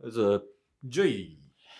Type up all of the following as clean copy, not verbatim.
ジョイ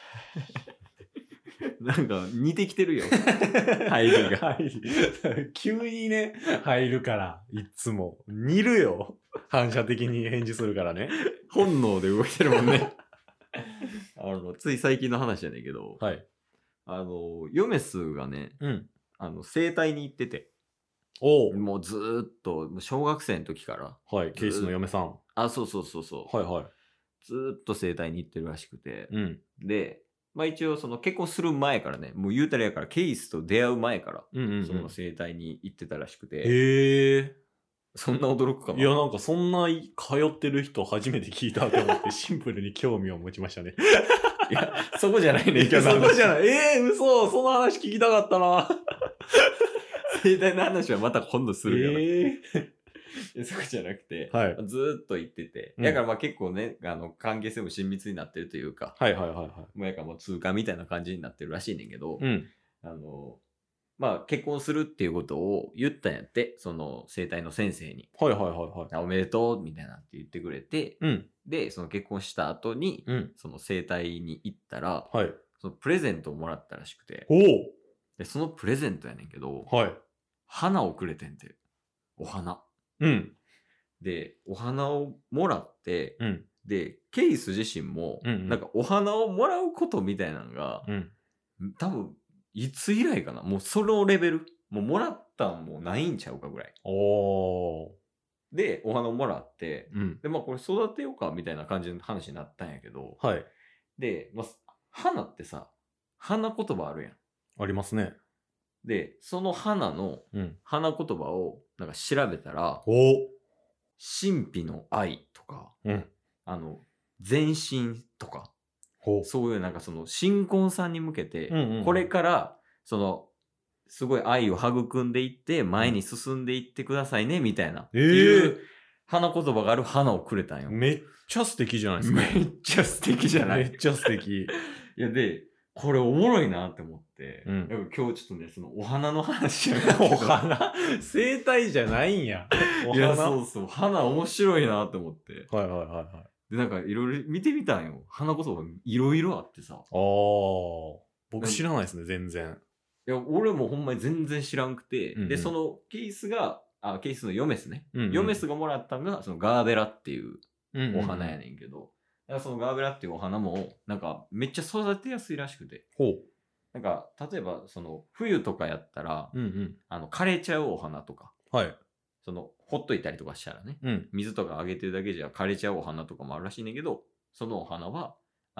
なんか似てきてるよ。入りが。 急にね、入るから、いつも。似るよ。反射的に返事するからね。 本能で動いてるもんね。つい最近の話やねんけど、 はい。 ヨメスがね、 うん。 整体に行ってて、 おう。 もうずーっと、小学生の時から、 はい。ケースの嫁さん。 そうそうそうそう、 はいはい。 ずーっと整体に行ってるらしくて、 うん。 で、まあ一応その結婚する前からね、もう言うたらやから、ケイスと出会う前から、 うんうんうん。 その整体に行ってたらしくて、 へえ。 そんな驚くかな。 いや、なんかそんな通ってる人初めて聞いたと思って、シンプルに興味を持ちましたね。 いや、そこじゃないねんけど。 そこじゃない。嘘、その話聞きたかったな。 整体の話はまた今度するから。いやそこじゃなくて、 はいずーっと行ってて、 うんだからまあ結構ね、関係性も親密になってるというか、 はいはいはいはい。 もうやからもう通過みたいな感じになってるらしいねんけど、 うん。 まあ結婚するっていうことを言ったんやって、その整体の先生に。 はいはいはいはい。 おめでとうみたいなって言ってくれて、 うん。 で、その結婚した後に、 うん。 その整体に行ったら、 はい。 そのプレゼントをもらったらしくて、 おでそのプレゼントやねんけど、 お。はい。 花をくれてんて。お花。 うん。 で、お花をもらって、 うん。 で、ケイス自身も、 うんうんなんかお花をもらうことみたいなのが、 うん。 多分、いつ以来かなもうそのレベル。もらったんもないんちゃうかぐらい。 おー。 で、お花をもらって、 うん。 で、まあこれ育てようかみたいな感じの話になったんやけど、 はい。 で、まあ、花ってさ、花言葉あるやん。 ありますね。 で、その花のうん。 花言葉をなんか調べたら、 お神秘の愛とか、 うん。 前進とか、 ほそういうなんかその新婚さんに向けて、 うんうんうんこれからそのすごい愛を育んでいって前に進んでいってくださいねみたいな、っていう花言葉がある花をくれたんよ。 めっちゃ素敵じゃないですか。 めっちゃ素敵じゃないめっちゃ素敵。 いやで、これおもろいなって思って、 うんやっぱ今日ちょっとね、そのお花の話じゃなくてお花生態じゃないんや。おいや、 花そうそう、花面白いなって思って。 はいはいはいはい。 で、なんかいろいろ見てみたんよ。花言葉いろいろあってさ。 ああ。僕知らないですね、全然。 いや、俺もほんまに全然知らんくて、 うんうんで、そのケースが、ケースのヨメスね。 うんうんヨメスがもらったんが、そのガーベラっていううんうんうんお花やねんけど、だからそのガーベラっていうお花も、なんかめっちゃ育てやすいらしくて。 ほう。 なんか、例えば、その、冬とかやったら、 うんうん。 枯れちゃうお花とか、 はい。 その、ほっといたりとかしたらね、 うん。 水とかあげてるだけじゃ枯れちゃうお花とかもあるらしいねんけど、そのお花は、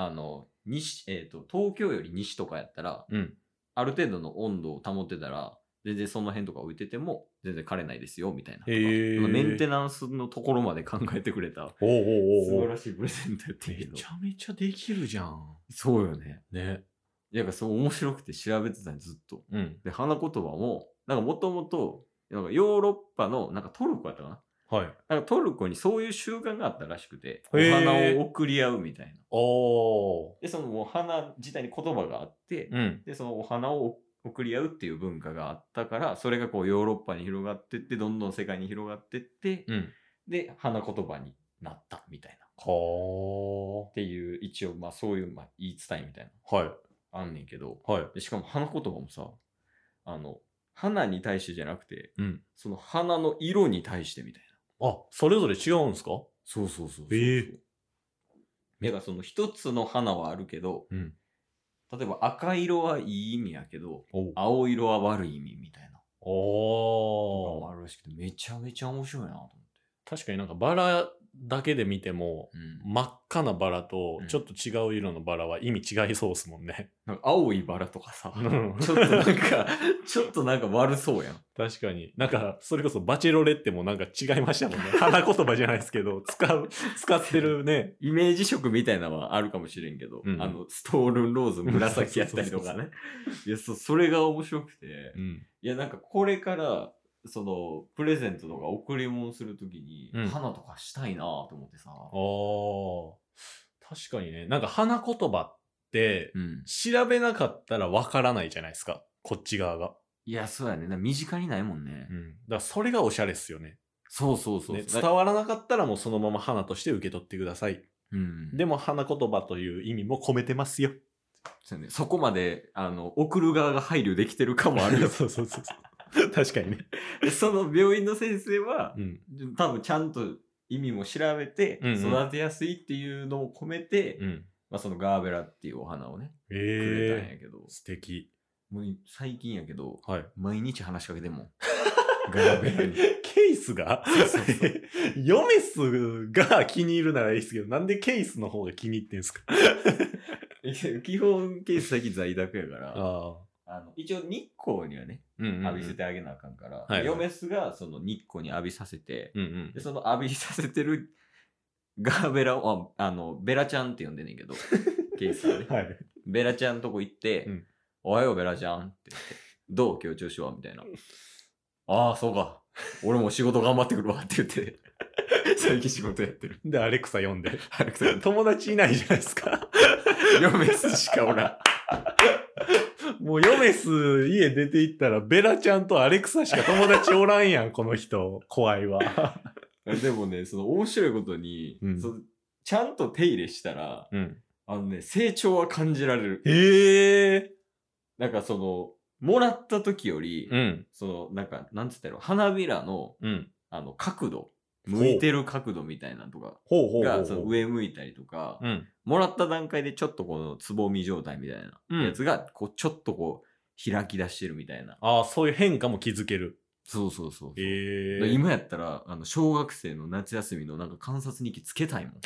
東京より西とかやったら、 うん。 ある程度の温度を保ってたら、全然その辺とか置いてても、全然枯れないですよ、みたいなとか。 へーメンテナンスのところまで考えてくれた、 おうおうおう素晴らしいプレゼントやってんけどめち。ゃめちゃできるじゃん。 そうよね。 ね。 いや、そう面白くて調べてたんずっと。 うん。 で、花言葉も、なんかもともと、なんかヨーロッパの、なんかトルコやったかな。 はい。 なんかトルコにそういう習慣があったらしくて、おへー花を贈り合うみたいな。 おー。 で、そのお花自体に言葉があって、 うん。 で、そのお花を贈り合うっていう文化があったから、それがこうヨーロッパに広がってって、どんどん世界に広がってって、 うん。 で、花言葉になったみたいな。 はっていう、一応、まあそういう、まあ言い伝えみたいな、 ー。はい。 あんねんけど、 はい。 でしかも花言葉もさ、花に対してじゃなくて、 うん。 その花の色に対してみたいな。 あ、それぞれ違うんすかそうそうそうそう。だからその一つの花はあるけど、 うん。 例えば赤色はいい意味やけど、 おう。 青色は悪い意味みたいな。とかおー。 もあるらしくて、めちゃめちゃ面白いなと思って。 確かになんかバラだけで見ても、 うん。 真っ赤なバラとうんちょっと違う色のバラは意味違いそうっすもんね。 なんか青いバラとかさ、 うんちょっとなんか悪そうやん。 確かに。なんか、それこそバチェロレッテもなんか違いましたもんね。花言葉じゃないですけど、使ってるね。 イメージ色みたいなのはあるかもしれんけど、 うんストールンローズ紫やったりとかね。いや、それが面白くて、 うん。 いや、なんかこれから、その、プレゼントとか贈り物するときにうん、 花とかしたいなと思ってさ。 確かにね。なんか花言葉って、 うん。 調べなかったらわからないじゃないですか。こっち側が。 いや、そうやね。身近にないもんね。 うん。だからそれがおしゃれっすよね。 そうそうそう。 ね伝わらなかったらもうそのまま花として受け取ってください。 うん。 でも花言葉という意味も込めてますよ。 そうね、そこまで、送る側が配慮できてるかもあるよ。 そうそうそうそう。確かにね。 でその病院の先生は、 うん。 多分ちゃんと意味も調べて、 うんうん育てやすいっていうのを込めて、 うん。 まあ、そのガーベラっていうお花をね、くれたんやけど、 素敵。 もう最近やけど、 はい。 毎日話しかけてんもん。ガーベラに。 ケースがそうそうそうヨメスが気に入るならいいですけど、なんでケースの方が気に入ってんすか？ 基本ケース最近在宅やから、 あ一応日光にはね、 うんうんうん、 浴びせてあげなあかんから、 はいはいヨメスがその日光に浴びさせて、 うんうんで、その浴びさせてるガーベラを、ベラちゃんって呼んでんねんけど、ケースはね。 はい。 ベラちゃんとこ行って、 うんおはようベラちゃんって言って、どう今日調子はみたいな。ああ、そうか。俺も仕事頑張ってくるわって言って、最近仕事やってる。 で、アレクサ読んで。 アレクサ友達いないじゃないですか。 ヨメスしかおらん。 もうヨメス家出て行ったらベラちゃんとアレクサしか友達おらんやん、この人。怖いわ。 でもね、その面白いことに、 うんちゃんと手入れしたら、 うん。 成長は感じられる。 へえ。 なんかもらった時より、 うん。 なんつったやろ、花びらの、 うん。 角度、向いてる角度みたいなのとかほうほうほうほが、 う。 その上向いたりとか、 うん。 もらった段階でちょっとこのつぼみ状態みたいなやつが、こう、ちょっとこう、開き出してるみたいな。 ああ、そういう変化も気づける。 そうそうそうそう。 へえ。 で今やったら、小学生の夏休みのなんか観察日記つけたいもん。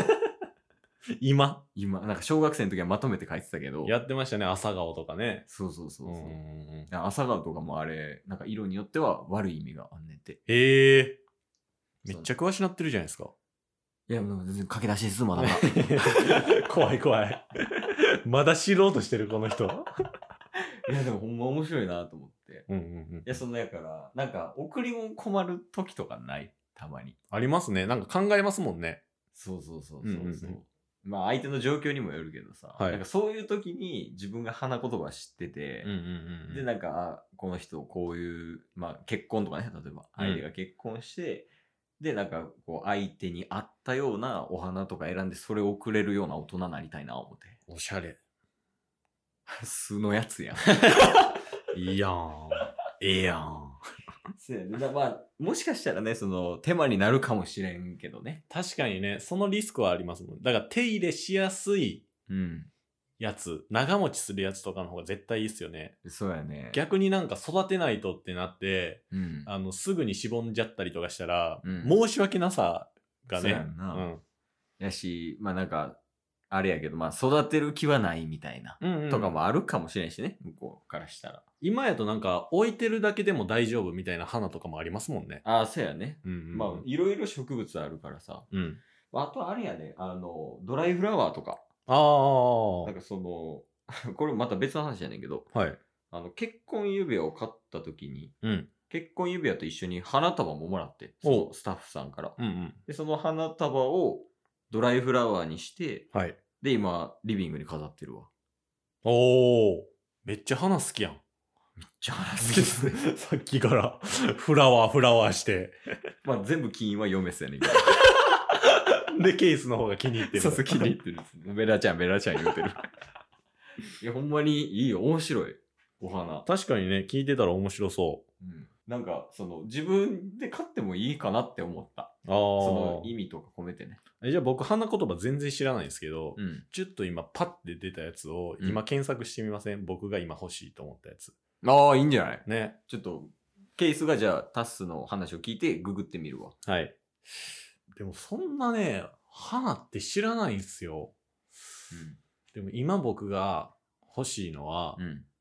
今今、なんか小学生の時はまとめて書いてたけど。 やってましたね、朝顔とかね。 そうそうそうそう。 ん朝顔とかもあれ、なんか色によっては悪い意味があんねんて。 へえ。めっちゃ詳しなってるじゃないですか。 いや、もう全然駆け出しです、まだまだ。 怖い怖い。まだ知ろうとしてる、この人。 いや、でもほんま面白いなと思って。 うんうんうん。 いや、そんなやから、なんか、贈り物困る時とかないたまに。 ありますね。なんか考えますもんね。 そうそうそうそうそう。 うんうんうんまあ、相手の状況にもよるけどさ、 はいなんかそういう時に自分が花言葉知ってて、 うんうんうん。 で、なんか、この人、こういう、まあ、結婚とかね、例えば、相手が結婚して、で、なんか、こう、相手に合ったようなお花とか選んで、それを贈れるような大人になりたいな、思って。 おしゃれ。 素のやつやん。 いいやん。ええやん。 そうやね。まあ、もしかしたらね、手間になるかもしれんけどね。 確かにね、そのリスクはありますもん。だから手入れしやすいうん。 やつ、長持ちするやつとかの方が絶対いいっすよね。 そうやね。 逆になんか育てないとってなって、 うん。 すぐにしぼんじゃったりとかしたら、 うん申し訳なさがね。 そうやんなうん。 やし、まあなんか、あれやけど、まあ育てる気はないみたいな、 うんうん、 とかもあるかもしれんしね、向こうからしたら。 今やとなんか置いてるだけでも大丈夫みたいな花とかもありますもんね。 ああ、そうやね。 うんうんうん、 まあ、いろいろ植物あるからさ。 うん。 あとあれやね、ドライフラワーとか。 ああ。 なんかこれまた別の話やねんけど、 はい。 結婚指輪を買った時に、 うん。 結婚指輪と一緒に花束ももらって、そのスタッフさんから。 うんうん。 で、その花束をドライフラワーにして、 はい。 で、今、リビングに飾ってるわ。 おー。めっちゃ花好きやん。 めっちゃ花好きですね。 さっきからフラワーして。 まあ、全部金はヨメスやねんけど。 で、ケースの方が気に入ってる。 そうそう、気に入ってるんですね。ベラちゃん言うてる。いや、ほんまにいいよ。面白い。お花。 確かにね、聞いてたら面白そうん。なんか、自分で買ってもいいかなって思った。 う。ああ。 その意味とか込めてね。 じゃあ僕、花言葉全然知らないんですけど、 うん。 ちょっと今パッて出たやつを今検索してみません、僕が今欲しいと思ったやつ。 ああ、いいんじゃない？ ね。 ちょっと、ケースがじゃあ、タスの話を聞いて、ググってみるわ。 はい。でもそんなね、花って知らないんすよ。でも今僕が欲しいのは、 うん。うん。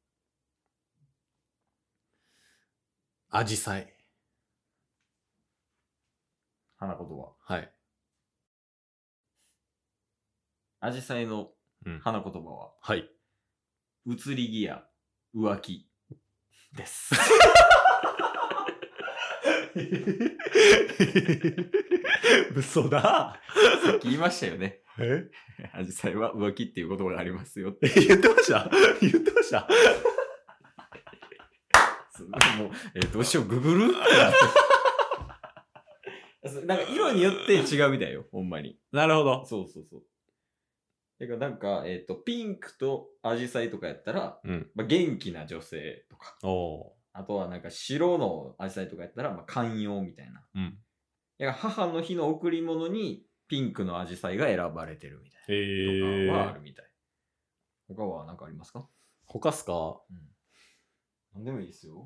アジサイ。 花言葉。 はい。 アジサイのうん。 花言葉は、 はい。 移り気や浮気です。 嘘だ。 さっき言いましたよね。 えアジサイは浮気っていう言葉がありますよって。 言ってました言ってましたもう、どうしよう、ググるなんか色によって違うみたいよ、ほんまに。 なるほど。 そうそうそう。だからなんか、ピンクとアジサイとかやったら、 うん。 まあ、元気な女性とか。 おあとはなんか白のアジサイとかやったら、まあ、寛容みたいな。 ー。うん。 だから母の日の贈り物にピンクのアジサイが選ばれてるみたいな。とかはあるみたい。他は何かありますか？ 他っすか？ うん。何でもいいですよ。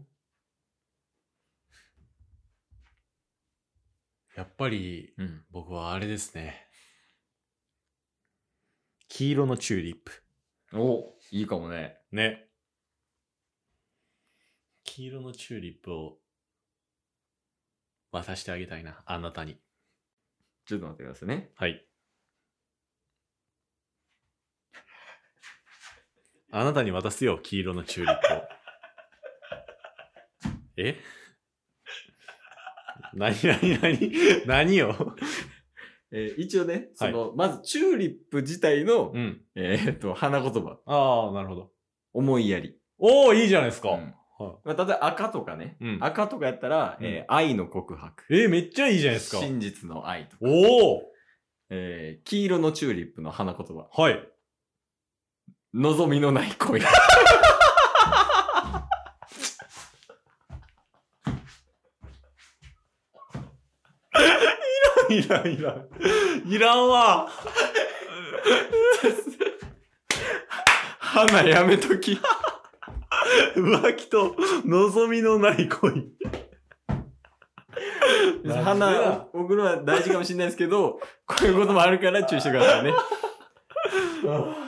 やっぱり、 うん。 僕はあれですね。黄色のチューリップ。 お、いいかもね。 ね。黄色のチューリップを渡してあげたいな、あなたに。 ちょっと待ってくださいね。 はい。あなたに渡すよ、黄色のチューリップを。え何よ。 一応ね、まずチューリップ自体の、 うん。 花言葉。 ああ、なるほど。 思いやり。 おー、いいじゃないですか。 うんまあ、例えば赤とかね。 うん赤とかやったら、愛の告白。 めっちゃいいじゃないですか。 真実の愛とか。 お黄色のチューリップの花言葉。 はい。 望みのない恋。 いらんわ。 花やめとき。 浮気と望みのない恋。 花を送るのは大事かもしれないですけど、こういうこともあるから注意してくださいね。